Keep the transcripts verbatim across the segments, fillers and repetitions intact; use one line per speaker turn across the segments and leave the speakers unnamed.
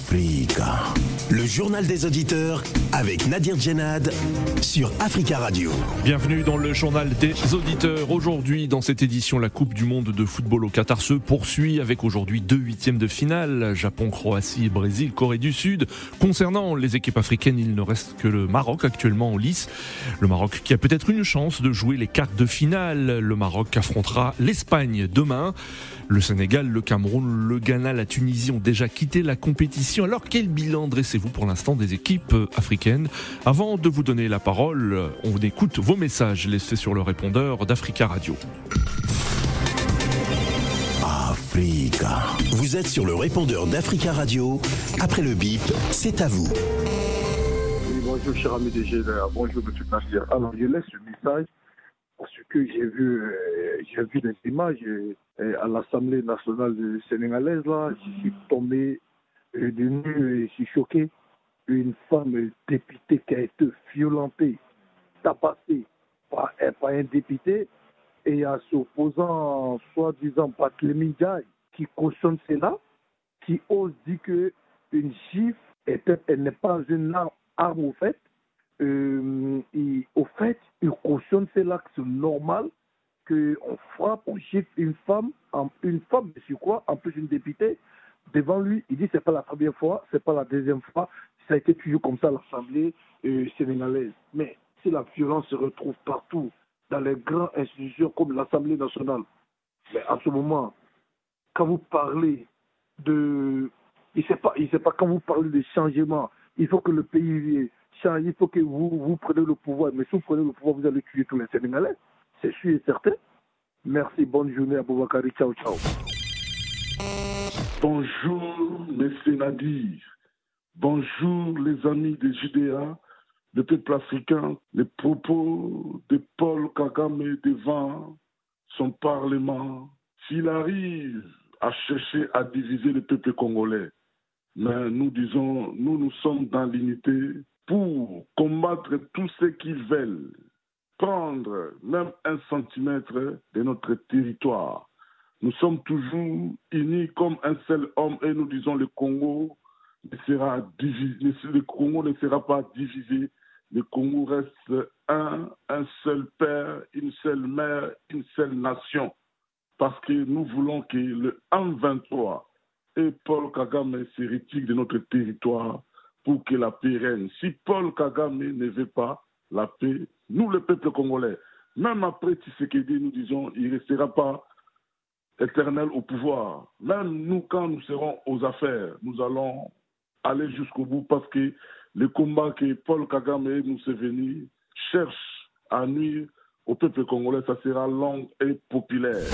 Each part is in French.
Africa. Le journal des auditeurs avec Nadir Djenad sur Africa Radio.
Bienvenue dans le journal des auditeurs. Aujourd'hui, dans cette édition, la Coupe du monde de football au Qatar se poursuit avec aujourd'hui deux huitièmes de finale. Japon, Croatie, Brésil, Corée du Sud. Concernant les équipes africaines, il ne reste que le Maroc actuellement en lice. Le Maroc qui a peut-être une chance de jouer les quarts de finale. Le Maroc affrontera l'Espagne demain. Le Sénégal, le Cameroun, le Ghana, la Tunisie ont déjà quitté la compétition. Alors quel bilan dressez-vous pour l'instant des équipes africaines ? Avant de vous donner la parole, on écoute vos messages laissés sur le répondeur d'Africa Radio.
Africa. Vous êtes sur le répondeur d'Africa Radio. Après le bip, c'est à vous.
Oui, bonjour cher ami de G D A. Bonjour monsieur Nadir. Alors je laisse le message parce que j'ai vu, euh, j'ai vu des images euh, à l'Assemblée nationale sénégalaise là. Je suis tombé euh, de nu et je suis choqué. Une femme députée qui a été violentée, tabassée par, par un député et à s'opposant, soi-disant, Barthélémy Diaye, qui cautionne cela, qui ose dire qu'une gifle, elle n'est pas une arme au fait. Euh, et, au fait, il cautionne cela, que c'est normal qu'on frappe, on gifle une femme, une femme, je suis quoi, en plus une députée, devant lui, il dit que ce n'est pas la première fois, ce n'est pas la deuxième fois, ça a été toujours comme ça à l'Assemblée euh, sénégalaise. Mais si la violence se retrouve partout, dans les grandes institutions comme l'Assemblée nationale, mais à ce moment, quand vous parlez de... Il ne sait pas, il sait pas quand vous parlez de changement, il faut que le pays change, il faut que vous, vous preniez le pouvoir. Mais si vous prenez le pouvoir, vous allez tuer tous les Sénégalais. C'est sûr et certain. Merci, bonne journée à Boubakari. Ciao, ciao.
Bonjour, messieurs Nadir. Bonjour, les amis des J D A, le peuple africain. Les propos de Paul Kagame devant son parlement, s'il arrive à chercher à diviser le peuple congolais, mais nous disons, nous, nous sommes dans l'unité pour combattre tous ceux qui veulent prendre même un centimètre de notre territoire. Nous sommes toujours unis comme un seul homme et nous disons le Congo ne sera divisé, le Congo ne sera pas divisé. Le Congo reste un, un seul père, une seule mère, une seule nation. Parce que nous voulons que le M vingt-trois et Paul Kagame se retirent de notre territoire pour que la paix règne. Si Paul Kagame ne veut pas la paix, nous, le peuple congolais, même après Tshisekedi, nous disons, il ne restera pas éternel au pouvoir. Même nous, quand nous serons aux affaires, nous allons aller jusqu'au bout parce que le combat que Paul Kagame et Museveni cherchent à nuire au peuple congolais, ça sera long et populaire.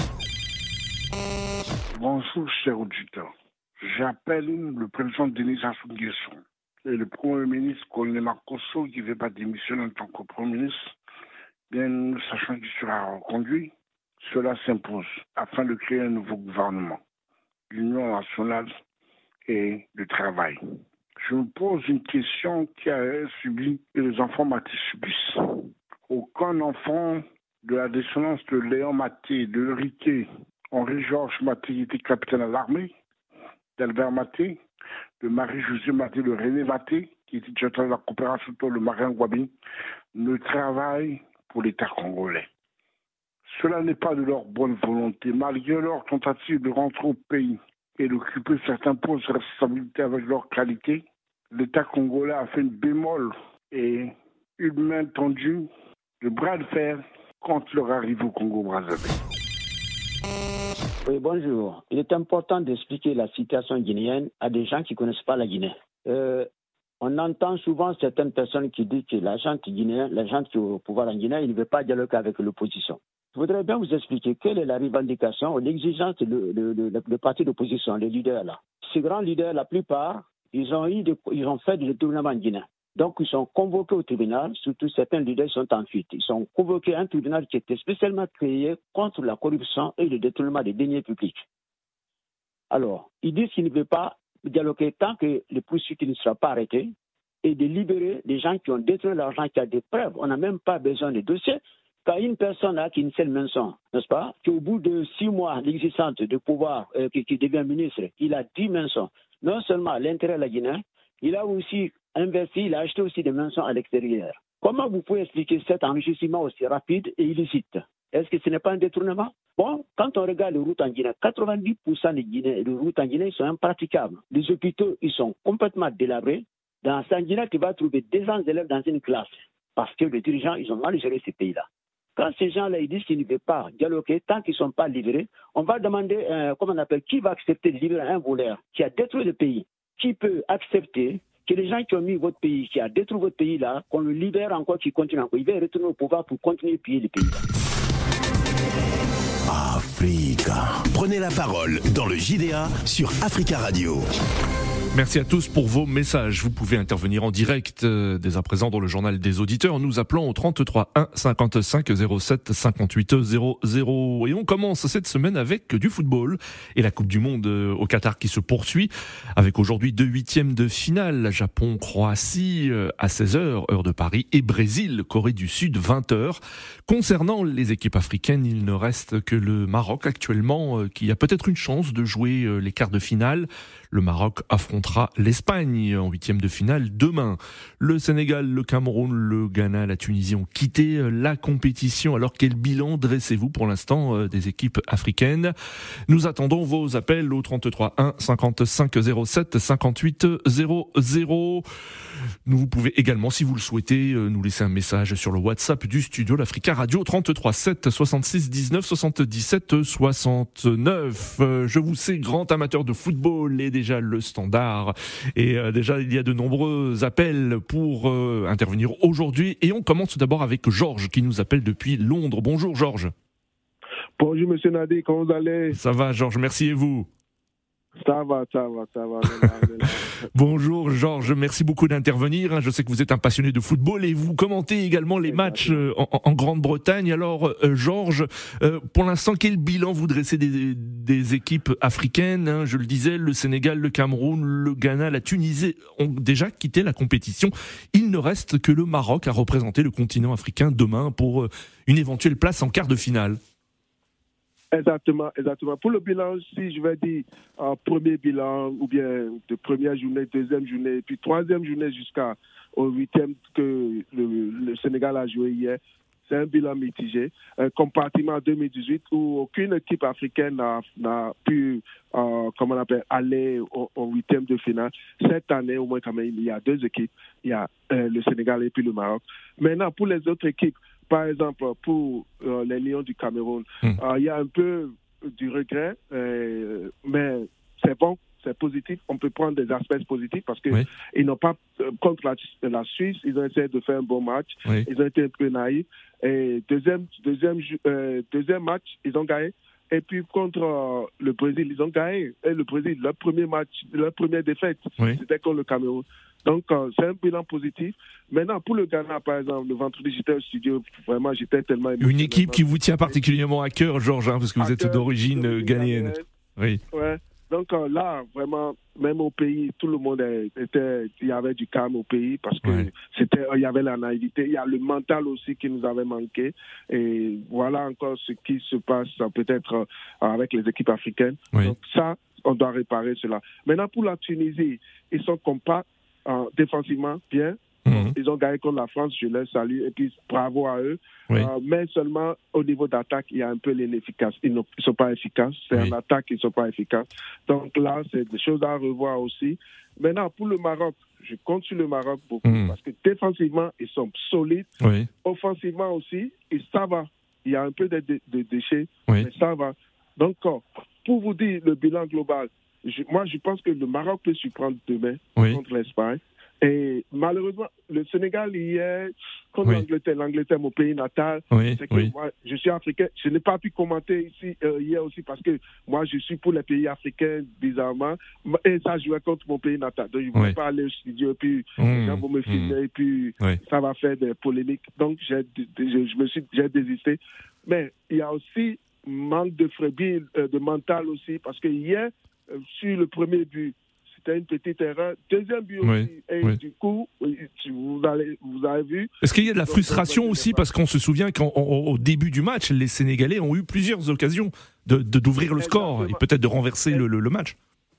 Bonjour, chers auditeurs. J'appelle le président Denis Sassou Nguesso et le Premier ministre Colonel Makosso qui ne veut pas démissionner en tant que Premier ministre. Bien, nous sachons qu'il sera reconduit. Cela s'impose afin de créer un nouveau gouvernement, l'Union nationale et le travail. Je me pose une question qui a subi et les enfants Maté subissent. Aucun enfant de la descendance de Léon Maté, de l'héritier Henri-Georges Maté, qui était capitaine à l'armée, d'Albert Maté, de Marie-Josée Maté, de René Maté, qui était directeur de la coopération de le marin Gwabi, ne travaille pour l'État congolais. Cela n'est pas de leur bonne volonté, malgré leur tentative de rentrer au pays et d'occuper certains postes de responsabilité avec leur qualité. L'État congolais a fait une bémol et une main tendue, de bras de fer, quand leur arrivée au Congo-Brazzaville.
Oui, bonjour. Il est important d'expliquer la situation guinéenne à des gens qui ne connaissent pas la Guinée. Euh, on entend souvent certaines personnes qui disent que l'agent guinéen, l'agent qui est au pouvoir en Guinée, il ne veut pas dialoguer avec l'opposition. Je voudrais bien vous expliquer quelle est la revendication ou l'exigence du de, de, de, de, de parti d'opposition, les leaders là. Ces grands leaders, la plupart, ils ont, eu de, ils ont fait du détournement en Guinée. Donc, ils sont convoqués au tribunal, surtout certains leaders sont en fuite. Ils sont convoqués à un tribunal qui était spécialement créé contre la corruption et le détournement des deniers publics. Alors, ils disent qu'ils ne veulent pas dialoguer tant que le poursuite ne sera pas arrêté et de libérer des gens qui ont détruit l'argent, qui a des preuves. On n'a même pas besoin de dossiers. Quand une personne a une seule mention, n'est-ce pas, qu'au bout de six mois d'existence de pouvoir, euh, qui, qui devient ministre, il a dix mentions. non seulement à l'intérieur de la Guinée, il a aussi investi, il a acheté aussi des maisons à l'extérieur. Comment vous pouvez expliquer cet enrichissement aussi rapide et illicite? Est-ce que ce n'est pas un détournement? Bon, quand on regarde les routes en Guinée, quatre-vingt-dix pour cent des, Guinée, des routes en Guinée sont impraticables. Les hôpitaux, ils sont complètement délabrés. Dans en Guinée, tu vas trouver deux cents élèves dans une classe parce que les dirigeants, ils ont mal géré ces pays-là. Quand ces gens-là ils disent qu'ils ne veulent pas dialoguer, tant qu'ils ne sont pas livrés, on va demander, euh, comment on appelle, qui va accepter de livrer un voleur qui a détruit le pays? Qui peut accepter que les gens qui ont mis votre pays, qui a détruit votre pays-là, qu'on le libère encore, qui continue encore, il va retourner au pouvoir pour continuer à piller le pays-là.
Africa. Prenez la parole dans le J D A sur Africa Radio.
Merci à tous pour vos messages. Vous pouvez intervenir en direct euh, dès à présent dans le journal des auditeurs en nous appelant au trente-trois un cinquante-cinq zéro sept cinquante-huit zéro zéro. Et on commence cette semaine avec du football et la Coupe du Monde euh, au Qatar qui se poursuit avec aujourd'hui deux huitièmes de finale. Japon-Croatie euh, à seize heures, heure de Paris, et Brésil-Corée du Sud, vingt heures. Concernant les équipes africaines, il ne reste que le Maroc actuellement euh, qui a peut-être une chance de jouer euh, les quarts de finale. Le Maroc affrontera l'Espagne en huitième de finale demain. Le Sénégal, le Cameroun, le Ghana, la Tunisie ont quitté la compétition. Alors quel bilan dressez-vous pour l'instant des équipes africaines? Nous attendons vos appels au trente-trois un cinquante-cinq zéro sept cinquante-huit zéro zéro. Vous pouvez également, si vous le souhaitez, nous laisser un message sur le WhatsApp du studio l'Africa Radio trente-trois sept soixante-six dix-neuf soixante-dix-sept soixante-neuf. Je vous sais grand amateur de football et déjà le standard. Et euh, déjà, il y a de nombreux appels pour euh, intervenir aujourd'hui. Et on commence tout d'abord avec Georges qui nous appelle depuis Londres. Bonjour Georges.
Bonjour Monsieur Nadi, comment vous allez?
Ça va Georges, merci et vous?
Ça va, ça va, ça va.
Bonjour Georges, merci beaucoup d'intervenir. Je sais que vous êtes un passionné de football et vous commentez également les matchs en, en Grande-Bretagne. Alors Georges, pour l'instant, quel bilan vous dressez des, des équipes africaines? Je le disais, le Sénégal, le Cameroun, le Ghana, la Tunisie ont déjà quitté la compétition. Il ne reste que le Maroc à représenter le continent africain demain pour une éventuelle place en quart de finale.
Exactement, exactement. Pour le bilan, si je vais dire euh, premier bilan, ou bien de première journée, deuxième journée, puis troisième journée jusqu'au huitième que le, le Sénégal a joué hier, c'est un bilan mitigé. Euh, comparativement à deux mille dix-huit, où aucune équipe africaine n'a, n'a pu, euh, comment on appelle, aller au, au huitième de finale. Cette année, au moins, quand même, il y a deux équipes. Il y a euh, le Sénégal et puis le Maroc. Maintenant, pour les autres équipes, par exemple, pour euh, les Lions du Cameroun, mmh. euh, il y a un peu du regret, euh, mais c'est bon, c'est positif. On peut prendre des aspects positifs parce qu'ils oui. n'ont pas, euh, contre la, la Suisse, ils ont essayé de faire un bon match. Oui. Ils ont été un peu naïfs. Et deuxième, deuxième, euh, deuxième match, ils ont gagné. Et puis contre euh, le Brésil, ils ont gagné. Et le Brésil, leur premier match, leur première défaite, oui. c'était contre le Cameroun. Donc, euh, c'est un bilan positif. Maintenant, pour le Ghana, par exemple, le vendredi, j'étais au studio, vraiment, j'étais tellement émotionné.
Une équipe qui vous tient particulièrement à cœur, Georges, hein, parce que vous êtes cœur, d'origine euh, ghanéenne. Oui.
Ouais. Donc euh, là, vraiment, même au pays, tout le monde était, il y avait du calme au pays parce que ouais. c'était, il y avait la naïveté, il y a le mental aussi qui nous avait manqué. Et voilà encore ce qui se passe peut-être euh, avec les équipes africaines. Oui. Donc ça, on doit réparer cela. Maintenant, pour la Tunisie, ils sont compacts. Euh, défensivement, bien. Mmh. Ils ont gagné contre la France, je les salue. Et puis, bravo à eux. Oui. Euh, mais seulement, au niveau d'attaque, il y a un peu l'inefficace. Ils ne sont pas efficaces. C'est oui. en attaque qu'ils ne sont pas efficaces. Donc là, c'est des choses à revoir aussi. Maintenant, pour le Maroc, je compte sur le Maroc beaucoup. Mmh. Parce que défensivement, ils sont solides. Oui. Offensivement aussi, et ça va. Il y a un peu de, de, de déchets, oui. mais ça va. Donc, pour vous dire le bilan global, Je, moi, je pense que le Maroc peut surprendre demain oui. contre l'Espagne. Et malheureusement, le Sénégal hier, contre oui. l'Angleterre, l'Angleterre, mon pays natal, oui. c'est que oui. moi, je suis africain. Je n'ai pas pu commenter ici euh, hier aussi parce que moi, je suis pour les pays africains, bizarrement. Et ça jouait contre mon pays natal. Donc, je ne voulais oui. pas aller au studio et puis mmh. les gens vont me filmer mmh. et puis oui. ça va faire des polémiques. Donc, j'ai, je, je me suis, j'ai désisté. Mais il y a aussi manque de frébile, euh, de mental aussi parce que hier, sur le premier but, c'était une petite erreur. Deuxième but oui, aussi, et oui. du coup, vous avez, vous avez vu...
Est-ce qu'il y a de la frustration donc, aussi, parce qu'on se souvient qu'au début du match, les Sénégalais ont eu plusieurs occasions de, de, d'ouvrir le Exactement. score et peut-être de renverser le, le, le match.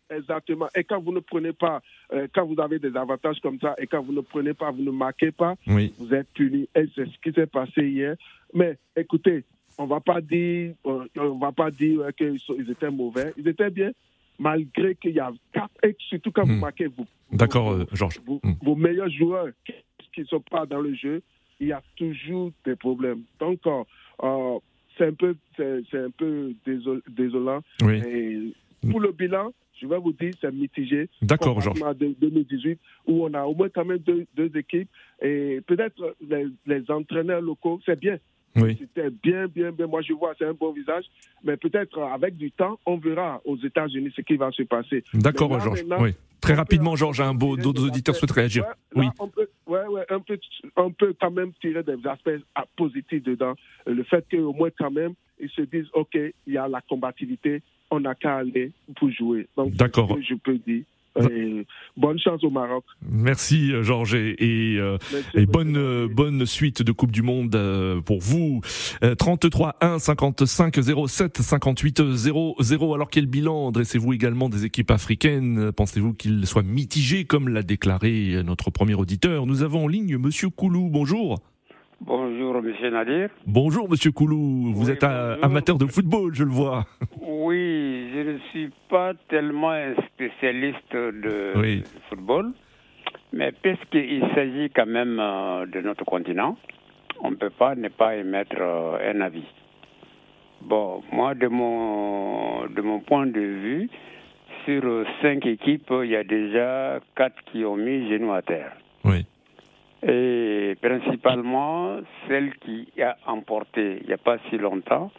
Exactement. Et quand vous ne prenez pas, euh, quand vous avez des avantages comme ça, et quand vous ne prenez pas, vous ne marquez pas, oui. vous êtes puni. Et c'est ce qui s'est passé hier. Mais écoutez, on va pas dire, euh, on va pas dire euh, qu'ils sont, ils étaient mauvais. Ils étaient bien, malgré qu'il y a quatre, et surtout quand mmh. vous marquez vous.
D'accord,
vos,
euh, Georges.
Vos,
mmh.
vos meilleurs joueurs qui ne sont pas dans le jeu, il y a toujours des problèmes. Donc, euh, euh, c'est un peu, c'est, c'est un peu désol, désolant.
Oui.
Et pour le bilan, je vais vous dire, c'est mitigé.
D'accord, Georges.
De deux mille dix-huit, où on a au moins quand même deux, deux équipes. Et peut-être les, les entraîneurs locaux, c'est bien.
Oui.
C'était bien, bien, bien. Moi, je vois, c'est un bon visage. Mais peut-être avec du temps, on verra aux États-Unis ce qui va se passer.
D'accord, là, Georges. Oui. Très rapidement, Georges, un beau, d'autres auditeurs souhaitent réagir.
Ouais,
oui.
Là, on peut, ouais, ouais, un peu, on peut quand même tirer des aspects positifs dedans. Le fait qu'au moins, quand même, ils se disent, OK, il y a la combativité, on n'a qu'à aller pour jouer. Donc,
d'accord.
C'est ce que je peux dire. Et bonne chance au Maroc.
Merci Georges et, et, euh, et bonne, euh, bonne suite de Coupe du Monde euh, pour vous. Euh, trente-trois un cinquante-cinq zéro sept cinquante-huit zéro zéro. Alors quel bilan dressez-vous également des équipes africaines? Pensez-vous qu'il soit mitigé comme l'a déclaré notre premier auditeur? Nous avons en ligne Monsieur Koulou. Bonjour.
Bonjour Monsieur Nadir.
Bonjour Monsieur Koulou. Vous oui, êtes bonjour. Amateur de football, je le vois.
Oui, je ne suis pas tellement un spécialiste de oui. football, mais puisqu'il s'agit quand même de notre continent, on ne peut pas ne pas émettre un avis. Bon, moi, de mon, de mon point de vue, sur cinq équipes, il y a déjà quatre qui ont mis genou à terre.
Oui.
Et principalement, celle qui a emporté, il n'y a pas si longtemps,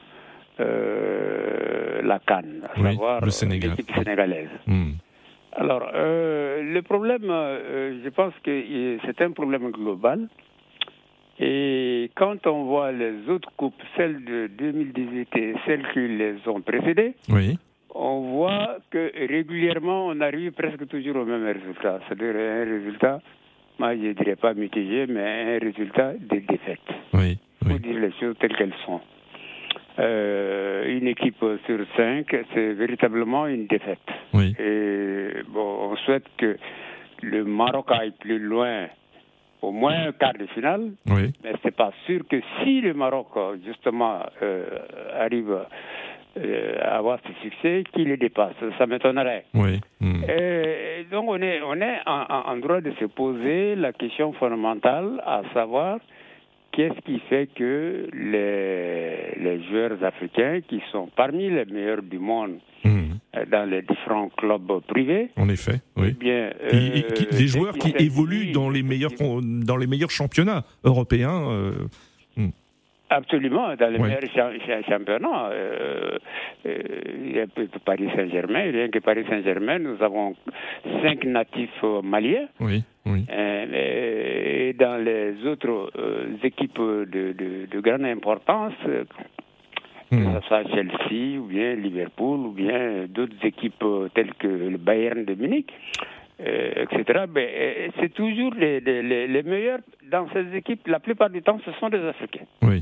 Euh, la CAN, à
oui,
savoir
le Sénégal.
l'équipe sénégalaise.
Mmh.
Alors, euh, le problème, euh, je pense que c'est un problème global. Et quand on voit les autres coupes, celles de deux mille dix-huit et celles qui les ont précédées,
oui.
on voit que régulièrement, on arrive presque toujours au même résultat. C'est-à-dire un résultat, moi je ne dirais pas mitigé, mais un résultat de défaite.
Oui.
Il faut
oui.
dire les choses telles qu'elles sont. Euh, une équipe sur cinq, c'est véritablement une défaite.
Oui.
Et bon, on souhaite que le Maroc aille plus loin, au moins un quart de finale.
Oui.
Mais c'est pas sûr que si le Maroc justement euh, arrive euh, à avoir ce succès, qu'il les dépasse. Ça m'étonnerait.
Oui. Mmh.
Et donc on est on est en, en droit de se poser la question fondamentale, à savoir qu'est-ce qui fait que les, les joueurs africains, qui sont parmi les meilleurs du monde mmh. dans les différents clubs privés,
en effet, oui.
Eh bien,
euh, et, et qui, les joueurs qui évoluent dans les meilleurs dans les meilleurs championnats européens. Euh, mmh.
Absolument, dans les
ouais.
meilleurs championnats. Euh, euh, Paris Saint-Germain, rien que Paris Saint-Germain, nous avons cinq natifs maliens.
Oui, oui.
Euh, et dans les autres euh, équipes de, de, de grande importance, euh, mmh. que ce soit Chelsea, ou bien Liverpool, ou bien d'autres équipes telles que le Bayern de Munich, euh, et cetera. Ben, c'est toujours les, les, les meilleurs dans ces équipes. La plupart du temps, ce sont des Africains.
Oui.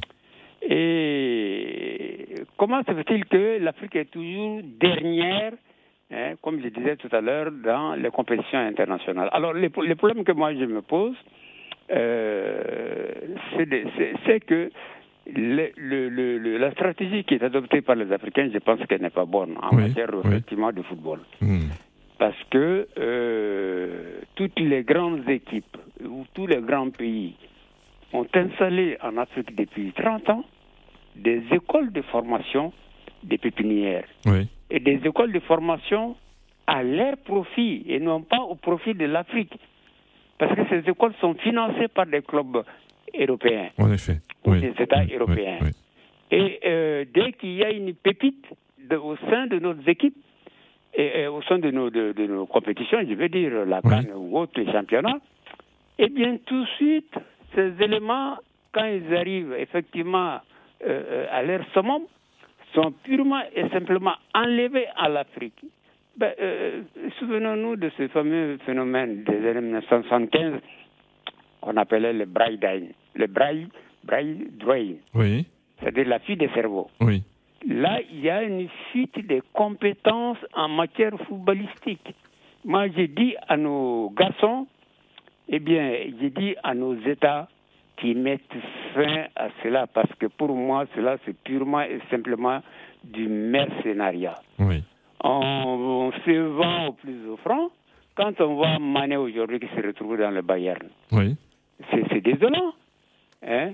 Et comment se fait-il que l'Afrique est toujours dernière, hein, comme je disais tout à l'heure, dans les compétitions internationales? Alors, les, les problèmes que moi je me pose, euh, c'est, de, c'est, c'est que le, le, le, la stratégie qui est adoptée par les Africains, je pense qu'elle n'est pas bonne en
oui,
matière
oui.
effectivement de football.
Mmh.
Parce que euh, toutes les grandes équipes ou tous les grands pays ont installé en Afrique depuis trente ans des écoles de formation des pépinières.
Oui.
Et des écoles de formation à leur profit et non pas au profit de l'Afrique. Parce que ces écoles sont financées par des clubs européens.
En effet.
Ou
oui.
des États
oui.
européens.
Oui. Oui.
Et euh, dès qu'il y a une pépite de, au sein de nos équipes, et, et au sein de nos, de, de nos compétitions, je veux dire la CAN oui. ou autres les championnats, eh bien tout de suite, ces éléments, quand ils arrivent effectivement euh, à leur summum, sont purement et simplement enlevés à l'Afrique. Ben, euh, souvenons-nous de ce fameux phénomène des années mille neuf cent soixante-quinze qu'on appelait le braille drain. Le braille, braille drain.
Oui.
C'est-à-dire la fuite des cerveaux.
Oui.
là, il y a une fuite des compétences en matière footballistique. Moi, j'ai dit à nos garçons, eh bien, j'ai dit à nos États qui mettent fin à cela, parce que pour moi, cela, c'est purement et simplement du mercenariat.
Oui.
On, on se vend au plus offrant. Quand on voit Mané aujourd'hui qui se retrouve dans le Bayern,
oui.
c'est, c'est désolant. Hein?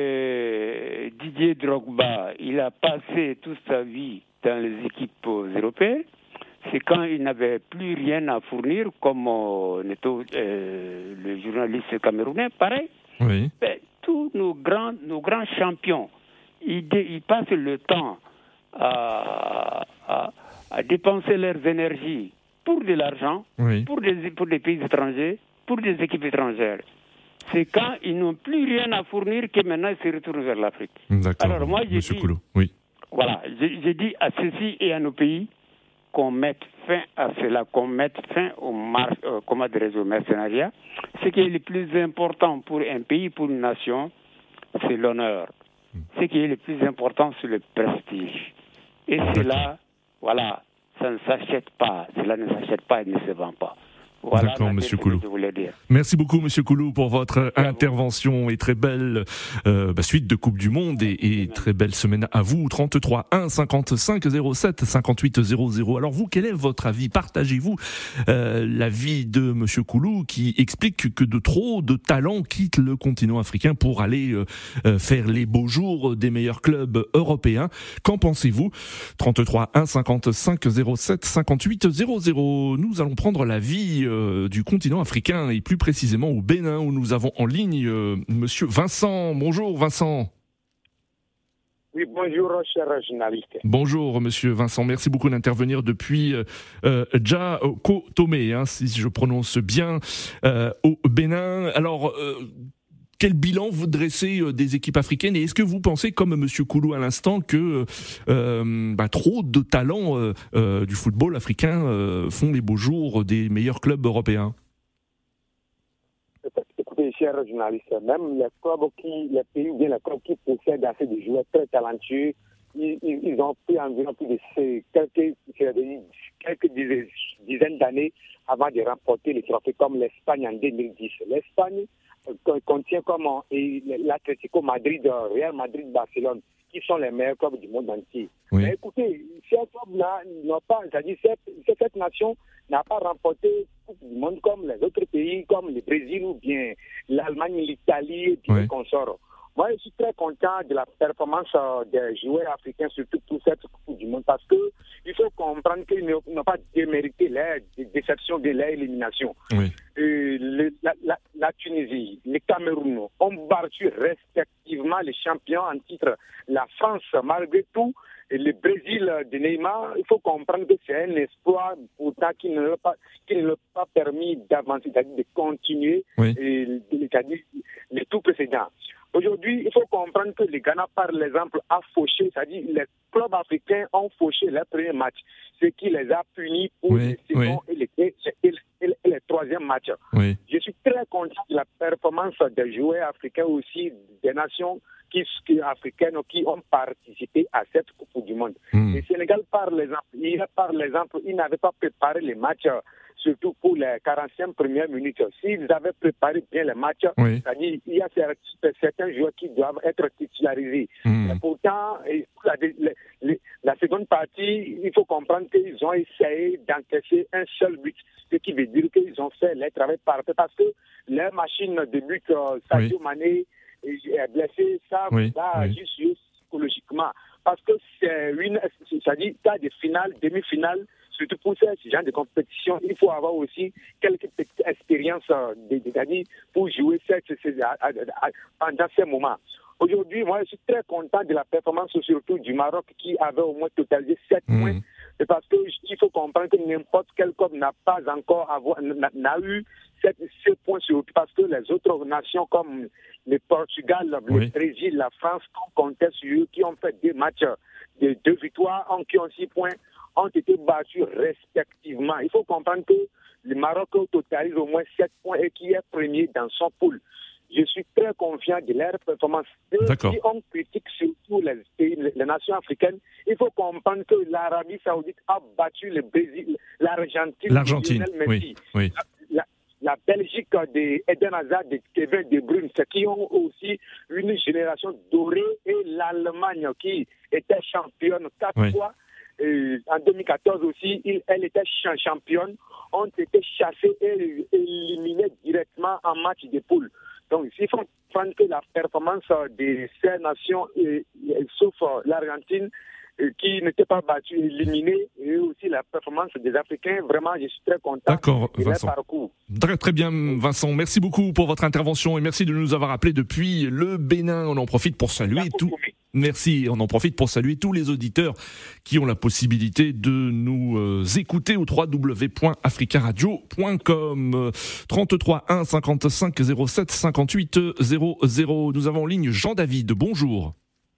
Et Didier Drogba, il a passé toute sa vie dans les équipes européennes. C'est quand il n'avait plus rien à fournir, comme euh, euh, le journaliste camerounais, pareil.
Oui.
Ben, tous nos grands, nos grands champions, ils, dé, ils passent le temps à, à, à dépenser leurs énergies pour de l'argent, oui. pour, des, pour des pays étrangers, pour des équipes étrangères. C'est quand ils n'ont plus rien à fournir que maintenant ils se retournent vers l'Afrique.
D'accord.
Alors moi, j'ai
Monsieur
dit,
Koulou, oui.
Voilà, j'ai, j'ai dit à ceci et à nos pays qu'on mette fin à cela, qu'on mette fin au, mar- euh, comment dirais-je, au mercenariat. Ce qui est le plus important pour un pays, pour une nation, c'est l'honneur. Mm. Ce qui est le plus important, c'est le prestige. Et D'accord. cela, voilà, ça ne s'achète pas. Cela ne s'achète pas et ne se vend pas. Voilà.
D'accord, Monsieur Koulou. Merci beaucoup, Monsieur Koulou, pour votre Merci intervention et très belle euh, bah, suite de Coupe du Monde et, et très belle semaine à vous. trente-trois un cinquante-cinq zéro sept cinquante-huit zéro zéro. Alors vous, quel est votre avis? Partagez-vous euh, l'avis de Monsieur Koulou qui explique que de trop de talents quittent le continent africain pour aller euh, faire les beaux jours des meilleurs clubs européens. Qu'en pensez-vous? trente-trois un cinquante-cinq zéro sept cinquante-huit zéro zéro. Nous allons prendre l'avis euh, du continent africain et plus précisément au Bénin où nous avons en ligne euh, Monsieur Vincent. Bonjour Vincent.
Oui, bonjour cher journaliste.
Bonjour Monsieur Vincent, merci beaucoup d'intervenir depuis euh, Dja-Ko-Tomé, hein, si je prononce bien, euh, au Bénin. Alors, euh, quel bilan vous dressez euh, des équipes africaines et est-ce que vous pensez, comme Monsieur Koulou à l'instant, que euh, bah, trop de talents euh, euh, du football africain euh, font les beaux jours des meilleurs clubs européens?
Écoutez, chers journalistes, même les clubs qui, les pays ou bien les clubs qui possèdent assez de joueurs très talentueux, ils, ils, ils ont pris environ plus de ces, quelques, quelques dizaines d'années avant de remporter les trophées comme l'Espagne en deux mille dix. L'Espagne contient comme l'Atlético Madrid, Real Madrid, Barcelone, qui sont les meilleurs clubs du monde entier. Oui. Mais écoutez, ces clubs-là n'ont pas, c'est-à-dire cette, cette nation n'a pas remporté Coupe du monde comme les autres pays, comme le Brésil ou bien l'Allemagne, l'Italie et puis oui. les consorts. Moi, je suis très content de la performance des joueurs africains, surtout pour cette Coupe du monde, parce que il faut comprendre qu'ils n'ont pas démérité leur déception de leur élimination. Oui. Euh, le, la, la, la Tunisie, le Cameroun ont battu respectivement les champions en titre. La France, malgré tout, et le Brésil de Neymar, il faut comprendre que c'est un espoir pourtant qui ne l'a pas, qui ne l'a pas permis d'avancer, c'est-à-dire de continuer oui. et, c'est-à-dire les tout précédents. Aujourd'hui, il faut comprendre que le Ghana, par l'exemple, a fauché, c'est-à-dire les clubs africains ont fauché leur premier match, ce qui les a punis pour oui, les seconds oui. et, les, et, et, et, et les troisièmes matchs. Oui. Je suis très content de la performance des joueurs africains aussi, des nations qui, qui, africaines qui ont participé à cette Coupe du Monde. Mm. Le Sénégal, par l'exemple, il, par l'exemple, il n'avait pas préparé les matchs, surtout pour les quarante-cinq premières minutes. S'ils avaient préparé bien les matchs, oui. c'est-à-dire il y a certains joueurs qui doivent être titularisés. Mm. Mais pourtant, la, la, la seconde partie, il faut comprendre qu'ils ont essayé d'encaisser un seul but, ce qui veut dire qu'ils ont fait leur travail parfait parce que leur machine de but, euh, Sadio oui. Mané, est blessé, ça oui. va oui. juste psychologiquement. Parce que c'est une, c'est-à-dire cas de finale, demi-finale, surtout pour ce genre de compétition, il faut avoir aussi quelques petites expériences c'est-à-dire pour jouer cette, cette, pendant ces moments. Aujourd'hui, moi, je suis très content de la performance surtout du Maroc qui avait au moins totalisé sept mmh. points. C'est parce qu'il faut comprendre que n'importe quel club n'a pas encore avoir, n'a, n'a eu sept points surtout parce que les autres nations comme le Portugal, oui. le Brésil, la France, qui comptaient sur eux, qui ont fait deux matchs de deux victoires, qui ont six points, ont été battus respectivement. Il faut comprendre que le Maroc totalise au moins sept points et qui est premier dans son pool. je suis très confiant de leur performance. Et si on critique surtout les pays, les nations africaines, il faut comprendre que l'Arabie Saoudite a battu le Brésil, l'Argentine,
l'Argentine, oui, oui.
La, la, la Belgique de Eden Hazard, de Kevin De Bruyne, ceux qui ont aussi une génération dorée, et l'Allemagne qui était championne quatre oui. fois. Euh, en deux mille quatorze aussi, il, elle était championne, ont été chassés et éliminés directement en match de poule. Donc, il faut comprendre que la performance de ces nations, euh, sauf euh, l'Argentine, euh, qui n'était pas battue, éliminée, et aussi la performance des Africains, vraiment, je suis très content
D'accord,
de
Vincent.
leur parcours.
Très, très bien, Vincent. Merci beaucoup pour votre intervention et merci de nous avoir appelés depuis le Bénin. On en profite pour saluer tout. Merci. On en profite pour saluer tous les auditeurs qui ont la possibilité de nous euh, écouter au w w w point africa radio point com. trente-trois un cinquante-cinq zéro sept cinquante-huit zéro zéro. Nous avons en ligne Jean-David. Bonjour.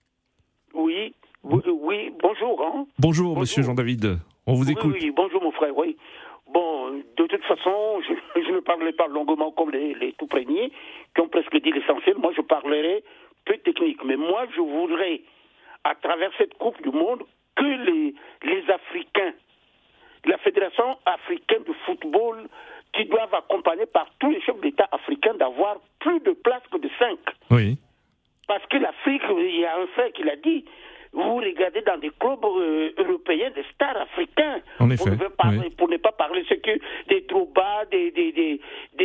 Oui, oui, oui bonjour. Hein.
Bonjour, bonjour, monsieur Jean-David. On vous
oui,
écoute.
Oui, bonjour, mon frère. Oui. Bon, de toute façon, je, je ne parlerai pas longuement comme les, les tout premiers qui ont presque dit l'essentiel. Moi, je parlerai peu technique. Mais moi, je voudrais, à travers cette Coupe du Monde, que les, les Africains, la Fédération africaine de football, qui doivent accompagner par tous les chefs d'État africains d'avoir plus de places que de cinq.
Oui.
Parce que l'Afrique, il y a un frère qui l'a dit, vous regardez dans des clubs euh, européens des stars africains.
En effet.
Pour ne, parler,
oui.
pour ne pas parler ce que des Drogba, des, des, des,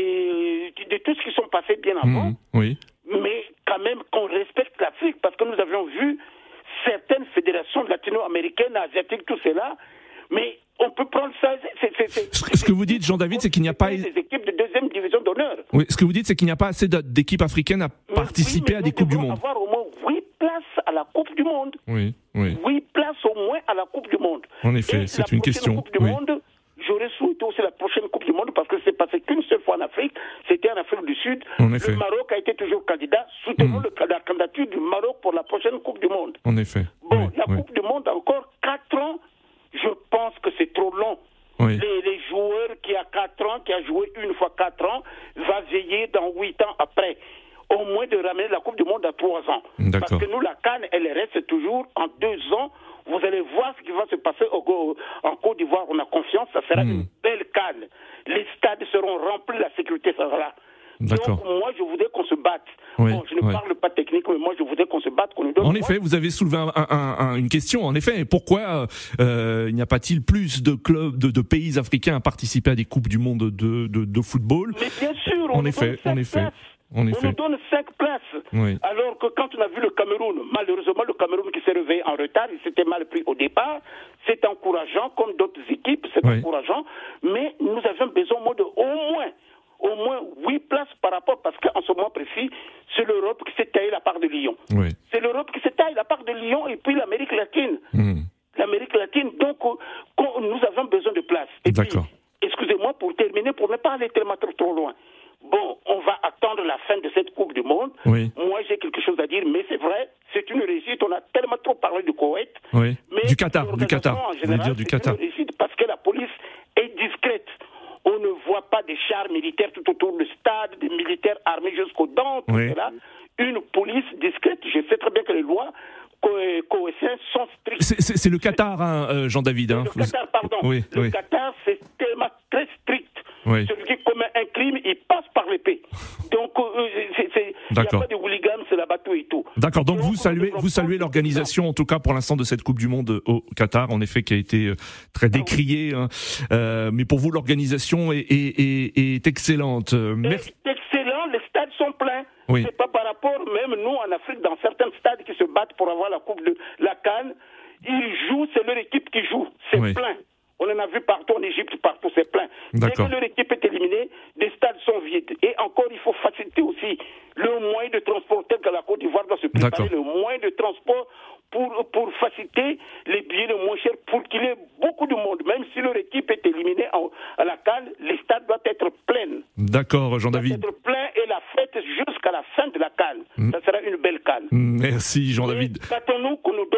des, de, de tout ce qui sont passés bien avant.
Mmh, oui.
Mais quand même qu'on respecte l'Afrique, parce que nous avions vu certaines fédérations latino-américaines, asiatiques, tout cela, mais on peut prendre ça... C'est, c'est, c'est,
ce, ce que vous dites, Jean-David, c'est qu'il n'y a pas...
des équipes de deuxième division d'honneur.
Oui, ce que vous dites, c'est qu'il n'y a pas assez d'équipes africaines à mais participer
oui,
à des Coupes du Monde.
Avoir au moins huit places à la Coupe du Monde.
Oui, oui.
huit places au moins à la Coupe du Monde.
En effet,
et
c'est une question.
Coupe du
oui.
Monde, j'aurais souhaité aussi la prochaine Coupe du Monde parce que c'est passé qu'une seule fois en Afrique, c'était en Afrique du Sud.
En effet.
Le Maroc a été toujours candidat. Soutenons mmh. le, la candidature du Maroc pour la prochaine Coupe du Monde.
En effet.
Bon,
oui,
la
oui.
Coupe du Monde, encore quatre ans, je pense que c'est trop long.
Oui.
Les, les joueurs qui a quatre ans, qui a joué une fois quatre ans, va veiller dans huit ans après. Au moins de ramener la Coupe du Monde à trois ans.
D'accord.
Parce que nous, la CAN, elle reste toujours en deux ans. Vous allez voir ce qui va se passer au, en Côte d'Ivoire. On a confiance, ça sera mmh. une belle CAN. Les stades seront remplis, la sécurité sera là.
D'accord.
Donc, moi, je voudrais qu'on se batte.
Oui,
bon, je ne
oui.
parle pas technique, mais moi, je voudrais qu'on se batte, qu'on nous donne...
En effet, vous avez soulevé un, un, un, une question. En effet, pourquoi euh, il n'y a pas-il plus de clubs, de, de pays africains à participer à des Coupes du Monde de, de, de football ?
Mais bien sûr, on
en effet, en effet. En effet.
On nous donne cinq places.
Oui.
Alors que quand on a vu le Cameroun, malheureusement, le Cameroun qui s'est réveillé en retard, il s'était mal pris au départ. C'est encourageant, comme d'autres équipes, c'est oui. encourageant. Mais nous avions besoin au moins de au moins, au moins huit places par rapport, parce qu'en ce moment précis, c'est l'Europe qui s'est taillé la part de Lyon.
Oui.
C'est l'Europe qui s'est taillé la part de Lyon et puis l'Amérique latine.
Mmh. L'Amérique
latine, donc, nous avons besoin de places. Et
D'accord.
Puis, excusez-moi, pour terminer, pour ne pas aller tellement trop, trop loin. Bon, on va attendre la fin de cette Coupe du Monde.
Oui.
Moi, j'ai quelque chose à dire, mais c'est vrai, c'est une réussite. On a tellement trop parlé du Koweït.
Oui.
Mais
du Qatar, du Qatar.
En général,
dire du
c'est
Qatar.
une réussite parce que la police est discrète. On ne voit pas des chars militaires tout autour du stade, des militaires armés jusqu'aux dents, tout
oui.
cela. Une police discrète. Je sais très bien que les lois koweïtiennes sont strictes.
C'est, c'est, c'est le Qatar, hein, euh, Jean-David. Hein.
Le Qatar, pardon.
Oui,
le
oui.
Qatar, c'est tellement très strict.
Oui.
Celui qui commet un crime, il passe par l'épée. Donc, euh, c'est, c'est, il n'y a pas de hooligans, c'est la bateau et tout.
D'accord, donc, donc vous saluez, vous saluez l'organisation, en tout cas pour l'instant, de cette Coupe du Monde au Qatar, en effet, qui a été très décriée. Hein. Euh, mais pour vous, l'organisation est, est, est, est excellente. Merci.
C'est excellent, les stades sont pleins.
Oui.
C'est pas par rapport, même nous en Afrique, dans certains stades qui se battent pour avoir la Coupe de la CAN, ils jouent, c'est leur équipe qui joue. C'est oui. plein. On en a vu partout en Égypte, partout, c'est plein.
D'accord.
Dès que leur équipe est éliminée, les stades sont vides. Et encore, il faut faciliter aussi le moyen de transport tel que la Côte d'Ivoire doit se préparer, le moyen de transport pour, pour faciliter les billets les moins chers, pour qu'il y ait beaucoup de monde. Même si leur équipe est éliminée en, à la CAN, les stades doivent être pleins.
D'accord, Jean-David.
Doivent être pleins et la fête jusqu'à la fin de la CAN. Mm. Ça sera une belle CAN.
Merci, Jean-David.
Battons-nous qu'on nous donne au moins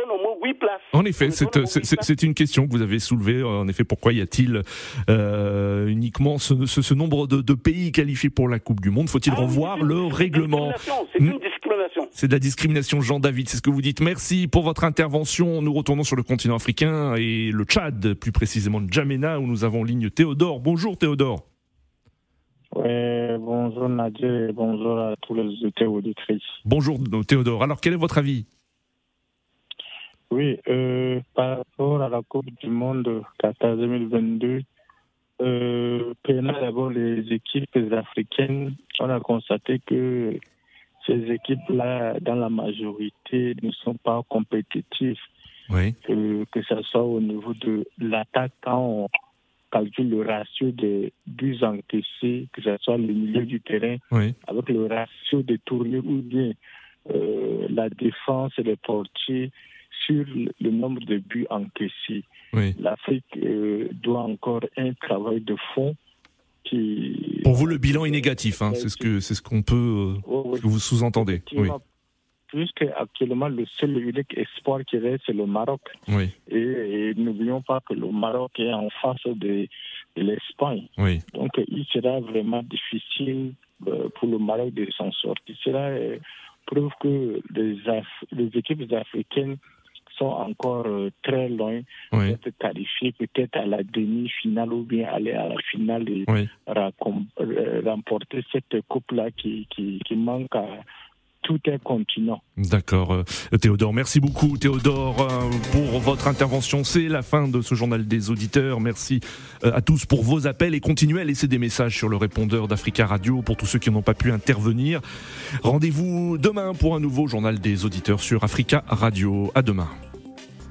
huit places.
En effet, c'est, c'est, c'est, c'est une question que vous avez soulevée. En effet, pourquoi y a-t-il euh, uniquement ce, ce, ce nombre de, de pays qualifiés pour la Coupe du Monde ? Faut-il ah, revoir oui, le règlement ?
C'est une discrimination.
C'est de la discrimination, Jean-David, c'est ce que vous dites. Merci pour votre intervention. Nous retournons sur le continent africain et le Tchad, plus précisément N'Djamena, où nous avons en ligne Théodore. Bonjour Théodore.
Oui, bonjour Nadia et bonjour à tous les auditeurs et auditrices.
Bonjour Théodore. Alors, quel est votre avis ?
Oui, euh, par rapport à la Coupe du Monde Qatar deux mille vingt-deux, euh, prenant d'abord les équipes africaines, on a constaté que ces équipes-là, dans la majorité, ne sont pas compétitives.
Oui.
Euh, que ce soit au niveau de l'attaque, quand on calcule le ratio des buts encaissés, que ce soit le milieu du terrain,
oui.
avec le ratio des tournures ou bien euh, la défense et les portiers sur le nombre de buts encaissés.
Oui.
L'Afrique euh, doit encore un travail de fond qui...
Pour vous, le bilan est négatif, hein, c'est, ce que, c'est ce qu'on peut, euh,
oui, oui.
ce que vous sous-entendez. Oui.
Puisqu'actuellement, le seul et unique espoir qui reste, c'est le Maroc.
Oui.
Et, et n'oublions pas que le Maroc est en face de, de l'Espagne.
Oui.
Donc, il sera vraiment difficile euh, pour le Maroc de s'en sortir. Cela euh, prouve que les, Af- les équipes africaines sont encore euh, très loin
oui.
d'être qualifiées, peut-être à la demi-finale ou bien aller à la finale et
oui.
racom- euh, remporter cette coupe-là qui, qui, qui manque à tout un continent.
D'accord. Euh, Théodore, merci beaucoup Théodore euh, pour votre intervention. C'est la fin de ce journal des auditeurs. Merci euh, à tous pour vos appels et continuez à laisser des messages sur le répondeur d'Africa Radio pour tous ceux qui n'ont pas pu intervenir. Rendez-vous demain pour un nouveau journal des auditeurs sur Africa Radio. À demain.